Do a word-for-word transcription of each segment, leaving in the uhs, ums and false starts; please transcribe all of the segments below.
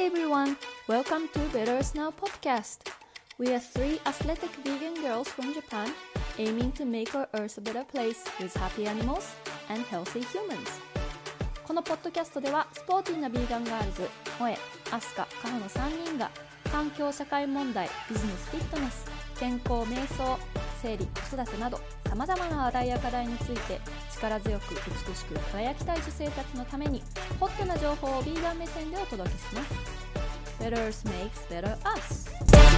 everyone, welcome to Better Us Now podcast. We are three athletic vegan girls from Japan aiming to make our earth a better place with happy animals and healthy humans. このポッドキャストではスポーティーなビーガンガールズ、萌え、アスカ、カホのさんにんが環境社会問題、ビジネスフィットネス、健康瞑想、生理、子育てなどさまざまな話題や課題について力強く美しく輝きたい女性たちのためにホットな情報をビーガン目線でお届けします。 Better Us makes better us.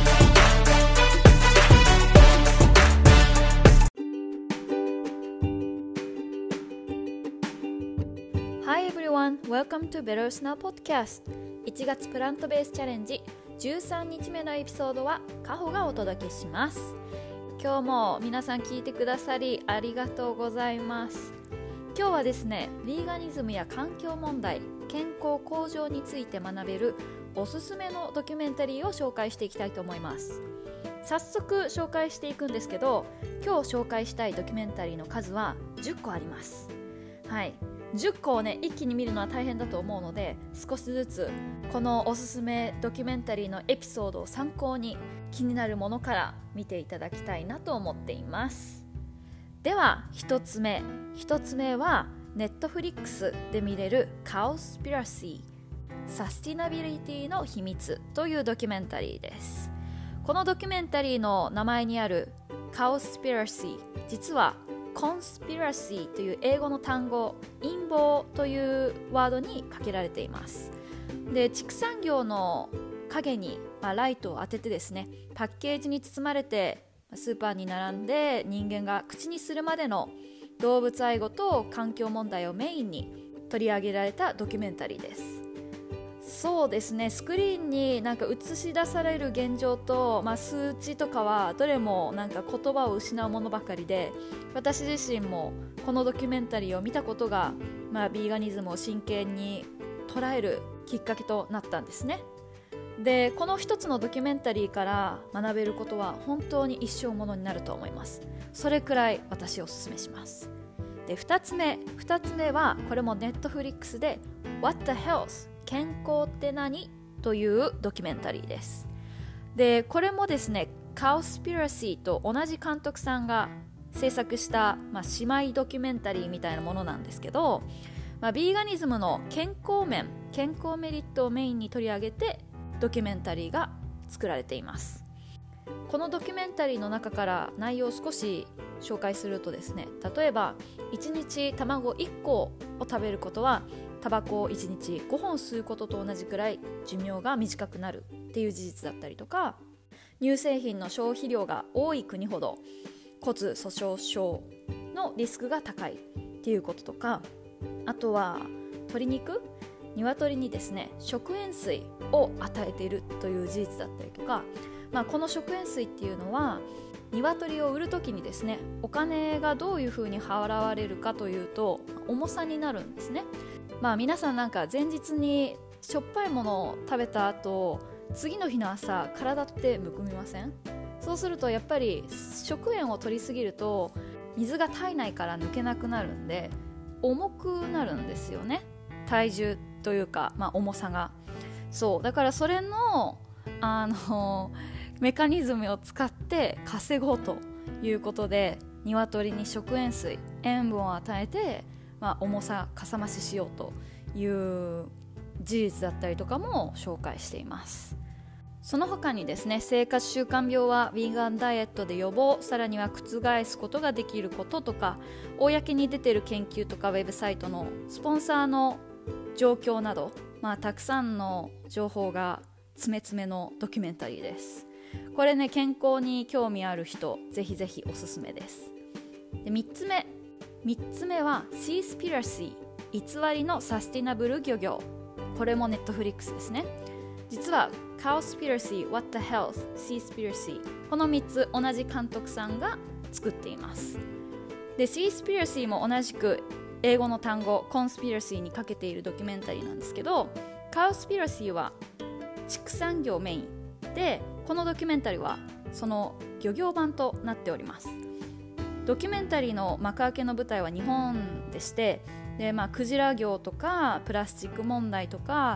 Hi everyone, welcome to Better Us Now podcast. いちがつプラントベースチャレンジじゅうさんにちめのエピソードはカホがお届けします。今日も皆さん聞いてくださりありがとうございます。今日はですね、ヴィーガニズムや環境問題、健康向上について学べるおすすめのドキュメンタリーを紹介していきたいと思います。早速紹介していくんですけど、今日紹介したいドキュメンタリーの数はじゅっこあります。はい、じゅっこをね一気に見るのは大変だと思うので、少しずつこのおすすめドキュメンタリーのエピソードを参考に気になるものから見ていただきたいなと思っています。ではひとつめひとつめは Netflix で見れる Cowspiracy サスティナビリティの秘密というドキュメンタリーです。このドキュメンタリーの名前にある Cowspiracy、 実はコンスピラシーという英語の単語、陰謀というワードにかけられています。で、畜産業の影に、まあ、ライトを当ててですね、パッケージに包まれてスーパーに並んで人間が口にするまでの動物愛護と環境問題をメインに取り上げられたドキュメンタリーです。そうですね、スクリーンになんか映し出される現状と、まあ、数値とかはどれもなんか言葉を失うものばかりで、私自身もこのドキュメンタリーを見たことが、まあ、ビーガニズムを真剣に捉えるきっかけとなったんですね。で、この一つのドキュメンタリーから学べることは本当に一生ものになると思います。それくらい私おすすめします。で、二つ目二つ目はこれも Netflix で What the Health 健康って何というドキュメンタリーです。で、これもですね、Cowspiracy と同じ監督さんが制作した、まあ、姉妹ドキュメンタリーみたいなものなんですけど、まあ、ビーガニズムの健康面、健康メリットをメインに取り上げてドキュメンタリーが作られています。このドキュメンタリーの中から内容を少し紹介するとですね、例えばいちにち卵いっこを食べることはタバコをいちにちごほん吸うことと同じくらい寿命が短くなるっていう事実だったりとか、乳製品の消費量が多い国ほど骨粗しょう症のリスクが高いっていうこととか、あとは鶏肉、鶏にですね食塩水を与えているという事実だったりとか、まあ、この食塩水っていうのは鶏を売るときにですね、お金がどういうふうに払われるかというと重さになるんですね。まあ、皆さんなんか前日にしょっぱいものを食べた後、次の日の朝体ってむくみません？そうするとやっぱり食塩を取りすぎると水が体内から抜けなくなるんで重くなるんですよね、体重というか、まあ、重さが。そうだからそれの、あのメカニズムを使って稼ごうということで、鶏に食塩水、塩分を与えて、まあ、重さかさ増ししようという事実だったりとかも紹介しています。その他にですね、生活習慣病はヴィーガンダイエットで予防、さらには覆すことができることとか、公に出ている研究とかウェブサイトのスポンサーの状況など、まあ、たくさんの情報が詰め詰めのドキュメンタリーです。これね、健康に興味ある人ぜひぜひおすすめです。で、みっつめみっつめは Seaspiracy 偽りのサスティナブル漁業。これも Netflix ですね。実は Cowspiracy, What the Health, Seaspiracy このみっつ同じ監督さんが作っています。で、Seaspiracy も同じく英語の単語 Conspiracy にかけているドキュメンタリーなんですけど、 Cowspiracy は畜産業メインで、このドキュメンタリーはその漁業版となっております。ドキュメンタリーの幕開けの舞台は日本でして、で、まあ、クジラ業とかプラスチック問題とか、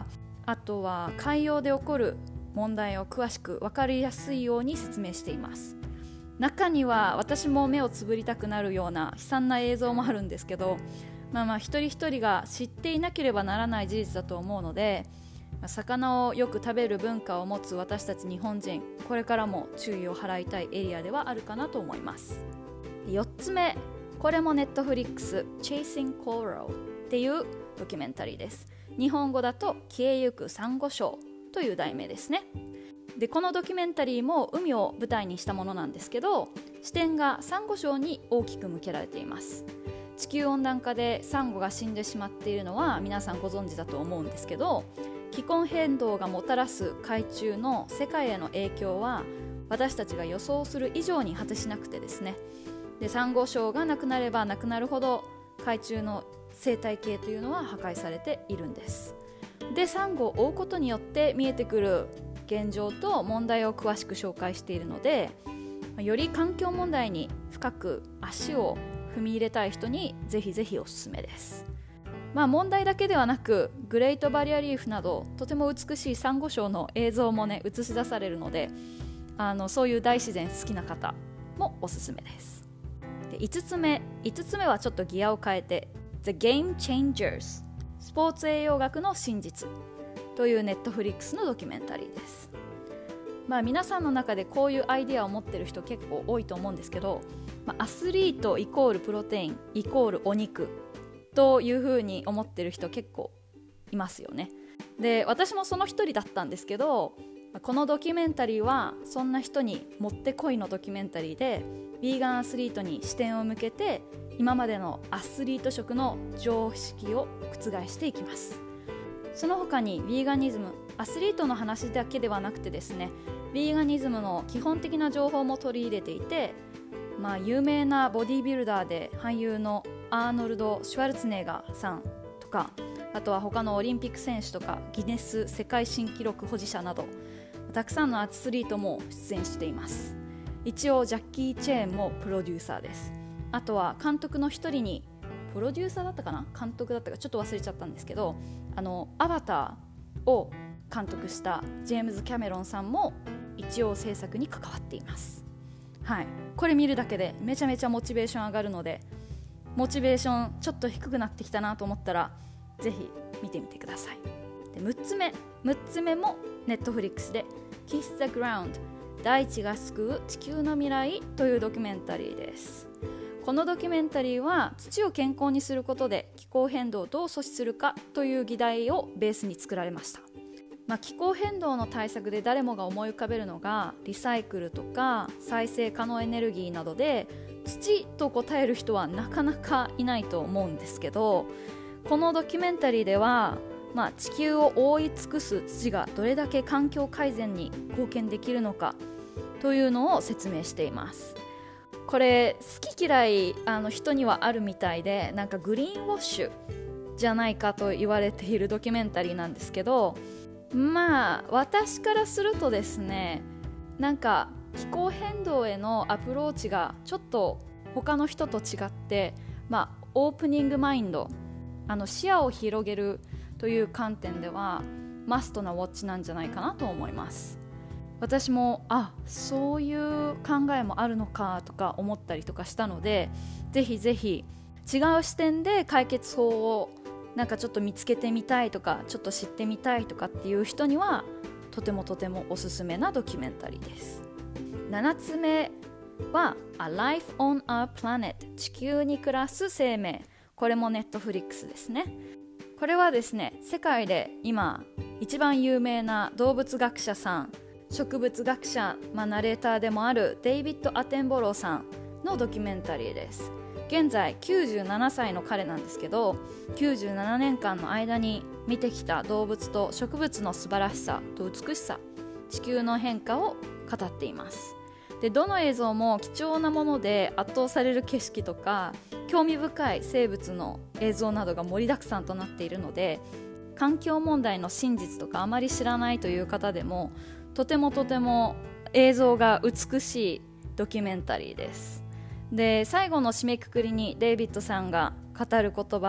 あとは海洋で起こる問題を詳しく分かりやすいように説明しています。中には私も目をつぶりたくなるような悲惨な映像もあるんですけど、まあまあ一人一人が知っていなければならない事実だと思うので、魚をよく食べる文化を持つ私たち日本人、これからも注意を払いたいエリアではあるかなと思います。よっつめ、これもネットフリックス Chasing Coral っていうドキュメンタリーです。日本語だと消えゆくサンゴ礁という題名ですね。でこのドキュメンタリーも海を舞台にしたものなんですけど、視点がサンゴ礁に大きく向けられています。地球温暖化でサンゴが死んでしまっているのは皆さんご存知だと思うんですけど、気候変動がもたらす海中の世界への影響は私たちが予想する以上に果てしなくてですね、でサンゴ礁がなくなればなくなるほど海中の生態系というのは破壊されているんです。でサンゴを追うことによって見えてくる現状と問題を詳しく紹介しているので、より環境問題に深く足を踏み入れたい人にぜひぜひおすすめです。まあ問題だけではなく、グレートバリアリーフなどとても美しいサンゴ礁の映像もね映し出されるので、あのそういう大自然好きな方もおすすめです。でいつつめいつつめはちょっとギアを変えて The Game Changers スポーツ栄養学の真実というネットフリックスのドキュメンタリーです。まあ、皆さんの中でこういうアイデアを持ってる人結構多いと思うんですけど、まあ、アスリートイコールプロテインイコールお肉というふうに思ってる人結構いますよね。で私もその一人だったんですけど、このドキュメンタリーはそんな人にもってこいのドキュメンタリーで、ヴィーガンアスリートに視点を向けて今までのアスリート食の常識を覆していきます。その他にヴィーガニズム、アスリートの話だけではなくてですね、ヴィーガニズムの基本的な情報も取り入れていて、まあ、有名なボディービルダーで俳優のアーノルド・シュワルツェネッガーさんとか、あとは他のオリンピック選手とかギネス世界新記録保持者などたくさんのアスリートも出演しています。一応ジャッキー・チェーンもプロデューサーです。あとは監督の一人に、プロデューサーだったかな監督だったかちょっと忘れちゃったんですけど、あのアバターを監督したジェームズ・キャメロンさんも一応制作に関わっています。はい、これ見るだけでめちゃめちゃモチベーション上がるので、モチベーションちょっと低くなってきたなと思ったらぜひ見てみてください。でむっつめむっつめもネットフリックスで Kiss the Ground 大地が救う地球の未来というドキュメンタリーです。このドキュメンタリーは土を健康にすることで気候変動をどう阻止するかという議題をベースに作られました。まあ、気候変動の対策で誰もが思い浮かべるのがリサイクルとか再生可能エネルギーなどで、土と答える人はなかなかいないと思うんですけど、このドキュメンタリーでは、まあ、地球を覆い尽くす土がどれだけ環境改善に貢献できるのかというのを説明しています。これ好き嫌いあの人にはあるみたいで、なんかグリーンウォッシュじゃないかと言われているドキュメンタリーなんですけど、まあ私からするとですね、なんか気候変動へのアプローチがちょっと他の人と違って、まあ、オープニングマインド、あの視野を広げるという観点ではマストなウォッチなんじゃないかなと思います。私もあそういう考えもあるのかとか思ったりとかしたので、ぜひぜひ違う視点で解決法をなんかちょっと見つけてみたいとか、ちょっと知ってみたいとかっていう人にはとてもとてもおすすめなドキュメンタリーです。ななつめは A Life on a Planet 地球に暮らす生命、これもネットフリックスですね。これはですね、世界で今一番有名な動物学者さん、植物学者、まあ、ナレーターでもあるデイビッド・アテンボローさんのドキュメンタリーです。現在きゅうじゅうななさいの彼なんですけど、きゅうじゅうななねんかんの間に見てきた動物と植物の素晴らしさと美しさ、地球の変化を語っています。でどの映像も貴重なもので圧倒される景色とか興味深い生物の映像などが盛りだくさんとなっているので、環境問題の真実とかあまり知らないという方でもとてもとても映像が美しいドキュメンタリーです。で最後の締めくくりにデイビッドさんが語る言葉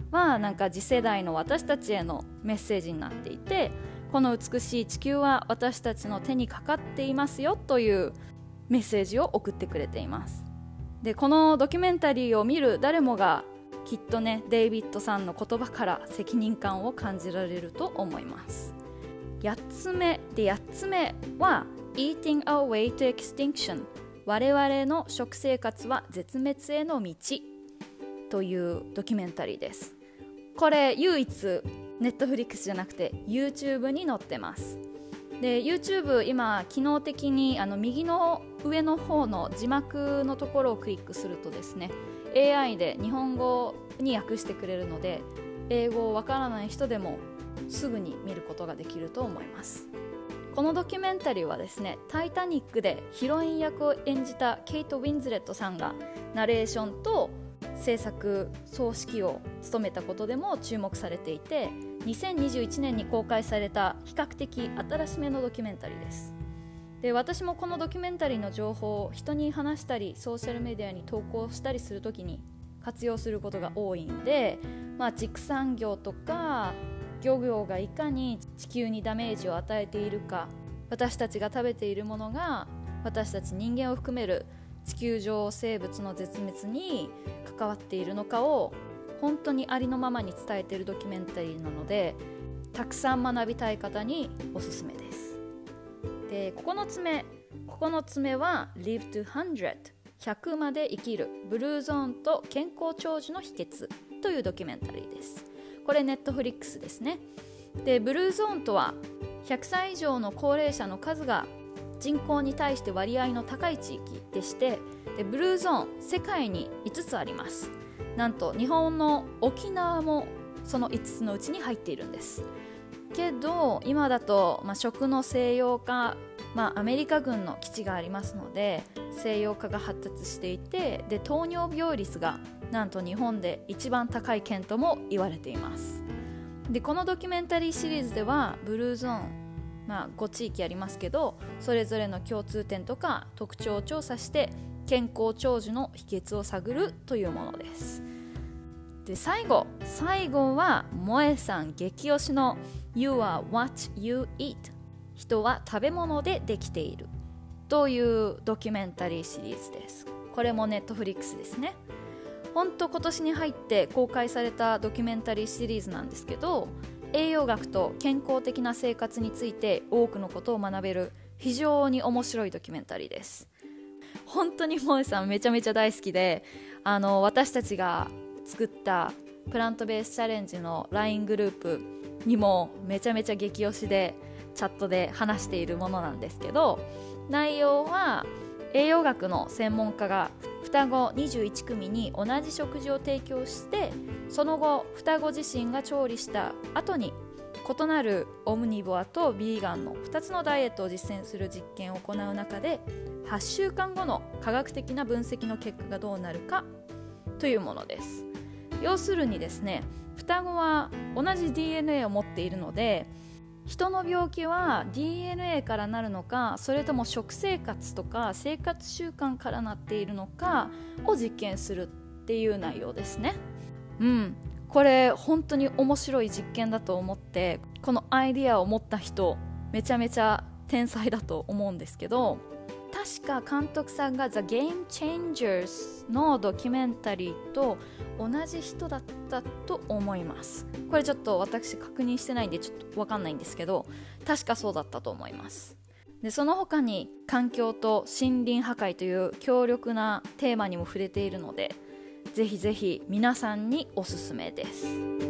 はなんか次世代の私たちへのメッセージになっていて、この美しい地球は私たちの手にかかっていますよというメッセージを送ってくれています。でこのドキュメンタリーを見る誰もがきっとねデイビッドさんの言葉から責任感を感じられると思います。やっつめでやっつめは Eating Our Way to Extinction、 我々の食生活は絶滅への道というドキュメンタリーです。これ唯一Netflix じゃなくて YouTube に載ってます。で YouTube 今機能的にあの右の上の方の字幕のところをクリックするとですね エーアイ で日本語に訳してくれるので、英語わからない人でもすぐに見ることができると思います。このドキュメンタリーはですね、タイタニックでヒロイン役を演じたケイト・ウィンズレットさんがナレーションと制作総指揮を務めたことでも注目されていて、にせんにじゅういちねんに公開された比較的新しめのドキュメンタリーです。で私もこのドキュメンタリーの情報を人に話したりソーシャルメディアに投稿したりするときに活用することが多いんで、まあ、畜産業とか漁業がいかに地球にダメージを与えているか、私たちが食べているものが私たち人間を含める地球上生物の絶滅に関わっているのかを本当にありのままに伝えているドキュメンタリーなので、たくさん学びたい方におすすめです。でここのつめここのつめは Live to ひゃく ひゃくまで生きるブルーゾーンと健康長寿の秘訣というドキュメンタリーです。これネットフリックスですね。でブルーゾーンとはひゃくさい以上の高齢者の数が人口に対して割合の高い地域でして、でブルーゾーン世界にいつつあります。なんと日本の沖縄もそのいつつのうちに入っているんです。けど今だと、まあ、食の西洋化、まあ、アメリカ軍の基地がありますので西洋化が発達していて、で糖尿病率がなんと日本で一番高い県とも言われています。でこのドキュメンタリーシリーズではブルーゾーン、まあ、ご地域ありますけどそれぞれの共通点とか特徴を調査して健康長寿の秘訣を探るというものです。で最後最後は萌えさん激推しの You are what you eat、 人は食べ物でできているというドキュメンタリーシリーズです。これもネットフリックスですね。本当今年に入って公開されたドキュメンタリーシリーズなんですけど、栄養学と健康的な生活について多くのことを学べる非常に面白いドキュメンタリーです。本当に萌えさんめちゃめちゃ大好きで、あの私たちが作ったプラントベースチャレンジの ライン グループにもめちゃめちゃ激推しでチャットで話しているものなんですけど、内容は栄養学の専門家が双子にじゅういち組に同じ食事を提供して、その後双子自身が調理した後に異なるオムニボアとビーガンのふたつのダイエットを実践する実験を行う中ではっしゅうかんごの科学的な分析の結果がどうなるかというものです。要するにですね、双子は同じ ディーエヌエー を持っているので、人の病気は ディーエヌエー からなるのか、それとも食生活とか生活習慣からなっているのかを実験するっていう内容ですね。うん、これ本当に面白い実験だと思って、このアイディアを持った人めちゃめちゃ天才だと思うんですけど、確か監督さんが The Game Changers のドキュメンタリーと同じ人だったと思います。これちょっと私確認してないんでちょっと分かんないんですけど、確かそうだったと思います。でその他に環境と森林破壊という強力なテーマにも触れているので、ぜひぜひ皆さんにおすすめです。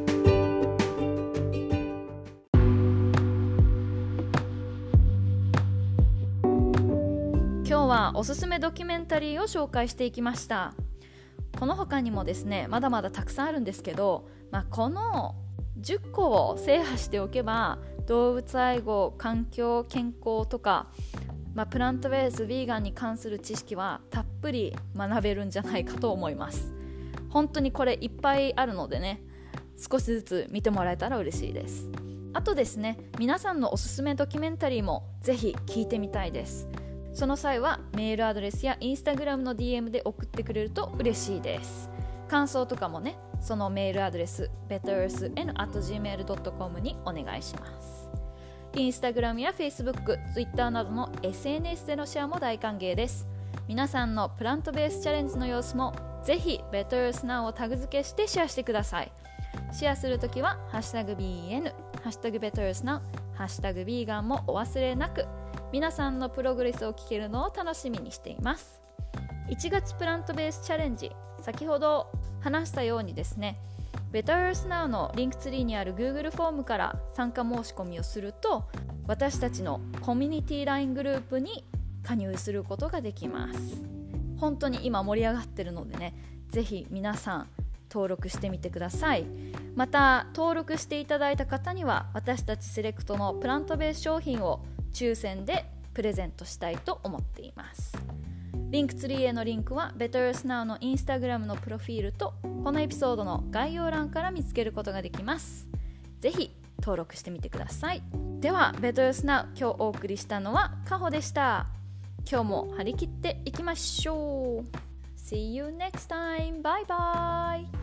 今日はおすすめドキュメンタリーを紹介していきました。この他にもですね、まだまだたくさんあるんですけど、まあ、このじゅっこを制覇しておけば動物愛護、環境、健康とか、まあ、プラントベース、ヴィーガンに関する知識はたっぷり学べるんじゃないかと思います。本当にこれいっぱいあるのでね、少しずつ見てもらえたら嬉しいです。あとですね、皆さんのおすすめドキュメンタリーもぜひ聞いてみたいです。その際はメールアドレスやインスタグラムの ディーエム で送ってくれると嬉しいです。感想とかもね、 そのメールアドレス ベターエスエヌアットジーメールドットコム にお願いします。インスタグラムや Facebook、Twitter などの エスエヌエス でのシェアも大歓迎です。皆さんのプラントベースチャレンジの様子もぜひ ベターエスナウ をタグ付けしてシェアしてください。シェアするときはハッシュタグ ビーエヌ、ハッシュタグ ベターエスナウ、ハッシュタグ ビーガンもお忘れなく。皆さんのプログレスを聞けるのを楽しみにしています。いちがつプラントベースチャレンジ、先ほど話したようにですね、ベターエスナウ のリンクツリーにある Google フォームから参加申し込みをすると、私たちのコミュニティ ライン グループに加入することができます。本当に今盛り上がってるのでね、ぜひ皆さん登録してみてください。また登録していただいた方には私たちセレクトのプラントベース商品を抽選でプレゼントしたいと思っています。リンクツリーへのリンクは ベターエスナウ のインスタグラムのプロフィールとこのエピソードの概要欄から見つけることができます。ぜひ登録してみてください。では ベターエスナウ、今日お送りしたのはカホでした。今日も張り切っていきましょう。See you next time. Bye bye.